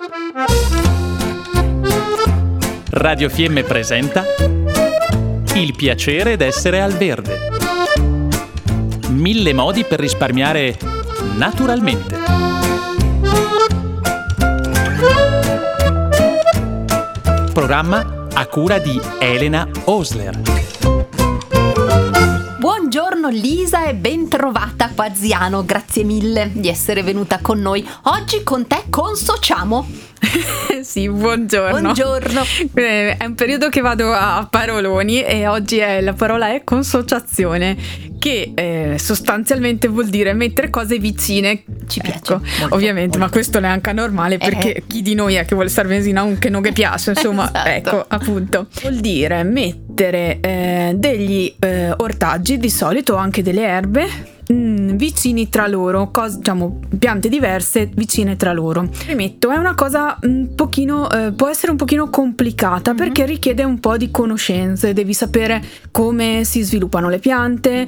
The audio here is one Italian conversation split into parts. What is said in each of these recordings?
Radio Fiemme presenta Il piacere d'essere al verde. 1000 modi per risparmiare naturalmente. Programma a cura di Elena Osler. Buongiorno Lisa e ben trovata Paziano, grazie mille di essere venuta con noi. Oggi con te consociamo. Sì, buongiorno. Buongiorno. È un periodo che vado a paroloni e oggi la parola è consociazione, che sostanzialmente vuol dire mettere cose vicine. Ci piace. Ecco, ovviamente, ma questo è anche normale perché chi di noi è che vuole stare benzina anche non che piace, insomma, esatto. Ecco, appunto. Vuol dire mettere degli ortaggi, di solito anche delle erbe, vicini tra loro, diciamo piante diverse vicine tra loro. Premetto, è una cosa un pochino può essere un pochino complicata perché richiede un po' di conoscenze, devi sapere come si sviluppano le piante,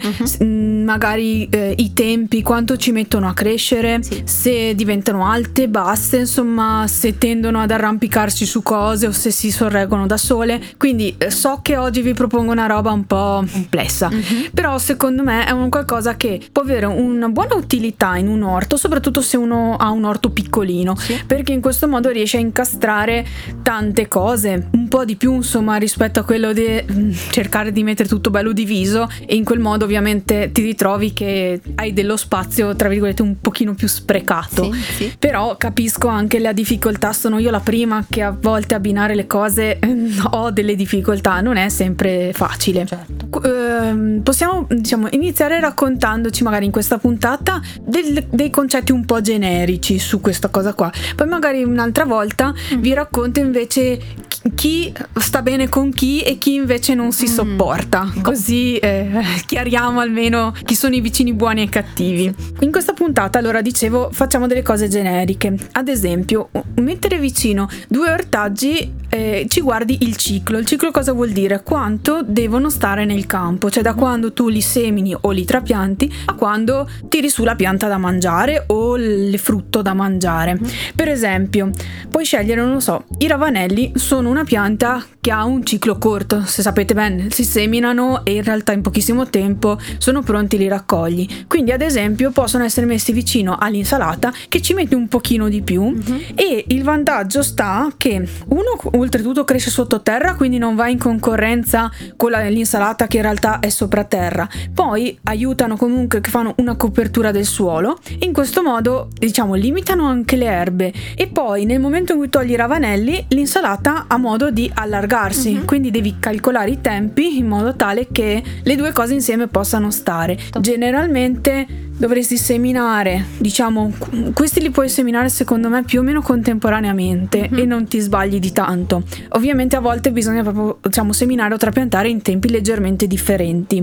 magari i tempi, quanto ci mettono a crescere, sì, se diventano alte, basse, insomma, se tendono ad arrampicarsi su cose o se si sorreggono da sole. Quindi so che oggi vi propongo una roba un po' complessa, però secondo me è un qualcosa che può avere una buona utilità in un orto, soprattutto se uno ha un orto piccolino, sì, perché in questo modo riesce a incastrare tante cose, un po' di più insomma rispetto a quello di cercare di mettere tutto bello diviso, e in quel modo ovviamente ti ritrovi che hai dello spazio tra virgolette un pochino più sprecato, sì, sì. Però capisco anche la difficoltà, sono io la prima che a volte abbinare le cose ho delle difficoltà, non è sempre facile, certo. Possiamo iniziare raccontandoci magari in questa puntata dei concetti un po' generici su questa cosa qua, poi magari un'altra volta vi racconto invece chi sta bene con chi e chi invece non si sopporta, così chiariamo almeno chi sono i vicini buoni e cattivi. In questa puntata, allora dicevo, facciamo delle cose generiche, ad esempio mettere vicino due ortaggi, ci guardi il ciclo cosa vuol dire? Quanto devono stare nel campo, cioè da quando tu li semini o li trapianti a quando tiri su la pianta da mangiare o il frutto da mangiare. Per esempio puoi scegliere, non lo so, i ravanelli sono una pianta che ha un ciclo corto, se sapete bene, si seminano e in realtà in pochissimo tempo sono pronti, li raccogli, quindi ad esempio possono essere messi vicino all'insalata che ci mette un pochino di più, e il vantaggio sta che uno oltretutto cresce sottoterra, quindi non va in concorrenza con l'insalata che in realtà è sopra terra, poi aiutano comunque, che fanno una copertura del suolo, in questo modo diciamo limitano anche le erbe, e poi nel momento in cui togli i ravanelli l'insalata ha modo di allargarsi, quindi devi calcolare i tempi in modo tale che le due cose insieme possano stare. Generalmente dovresti seminare, diciamo, questi li puoi seminare secondo me più o meno contemporaneamente e non ti sbagli di tanto. Ovviamente a volte bisogna proprio, diciamo, seminare o trapiantare in tempi leggermente differenti.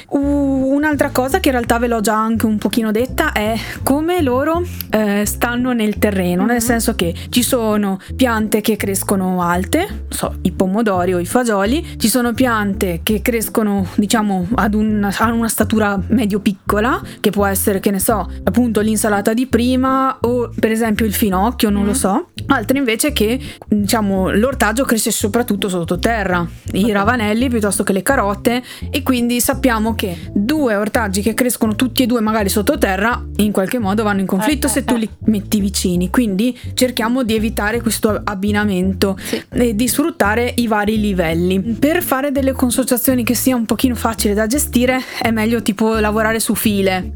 Un'altra cosa che in realtà ve l'ho già anche un pochino detta è come loro stanno nel terreno, nel senso che ci sono piante che crescono alte, non so, i pomodori o i fagioli, ci sono piante che crescono, diciamo, hanno una statura medio piccola, che può essere, che ne so, appunto l'insalata di prima o per esempio il finocchio, non lo so, altre invece che, diciamo, l'ortaggio cresce soprattutto sottoterra, i ravanelli piuttosto che le carote, e quindi sappiamo che due ortaggi che crescono tutti e due magari sottoterra in qualche modo vanno in conflitto se tu li metti vicini, quindi cerchiamo di evitare questo abbinamento e di sfruttare i vari livelli. Per fare delle consociazioni che sia un pochino facile da gestire è meglio tipo lavorare su file,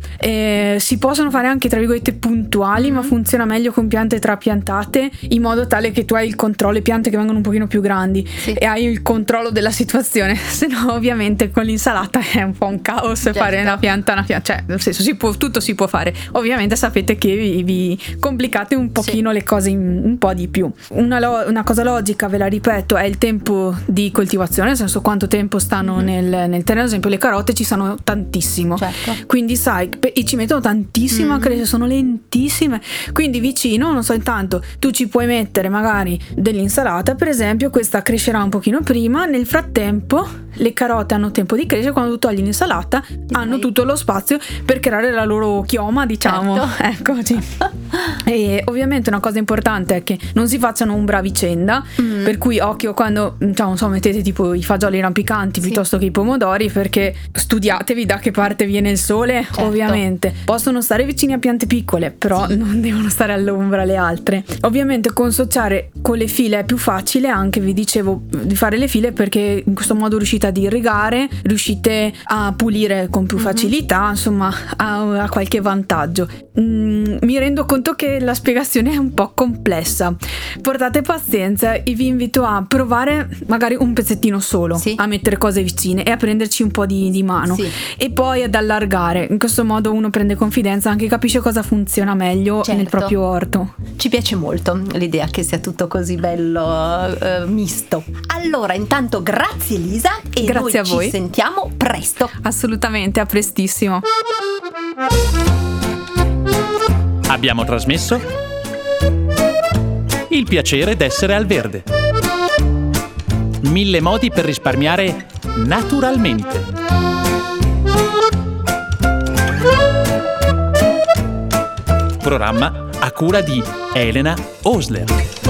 si possono fare anche tra virgolette puntuali, ma funziona meglio con piante trapiantate, in modo tale che tu hai il controllo, le piante che vengono un pochino più grandi e hai il controllo della situazione, se no ovviamente con l'insalata è un po' un caos, certo, fare una pianta, cioè nel senso tutto si può fare, ovviamente sapete che vi complicate un pochino le cose un po' di più. Una cosa logica, ve la ripeto, è il tempo di coltivazione, nel senso quanto tempo stanno nel terreno. Ad esempio le carote ci stanno tantissimo, certo, quindi sai, e ci mettono tantissimo a crescere, sono lentissime, quindi vicino, non so, intanto tu ci puoi mettere magari dell'insalata, per esempio, questa crescerà un pochino prima, nel frattempo le carote hanno tempo di crescere, quando tu togli l'insalata hanno tutto lo spazio per creare la loro chioma, diciamo. Certo. Eccoci. E ovviamente una cosa importante è che non si facciano ombra a vicenda, per cui occhio quando, non so, mettete tipo i fagioli rampicanti piuttosto che i pomodori, perché studiatevi da che parte viene il sole. Certo. Ovviamente possono stare vicini a piante piccole, però non devono stare all'ombra le altre. Ovviamente consociare con le file è più facile, anche vi dicevo di fare le file, perché in questo modo riuscite ad irrigare, riuscite a pulire con più facilità, insomma ha qualche vantaggio. Mi rendo conto che la spiegazione è un po' complessa, portate pazienza e vi invito a provare magari un pezzettino solo, a mettere cose vicine e a prenderci un po' di mano, e poi ad allargare. In questo modo uno prende confidenza, anche capisce cosa funziona meglio nel proprio orto. Ci piace molto l'idea che sia tutto così bello misto. Allora, intanto grazie Elisa, e grazie noi a voi. Ci sentiamo presto. Assolutamente, a prestissimo. Abbiamo trasmesso Il piacere d'essere al verde. 1000 modi per risparmiare naturalmente. Programma a cura di Elena Osler.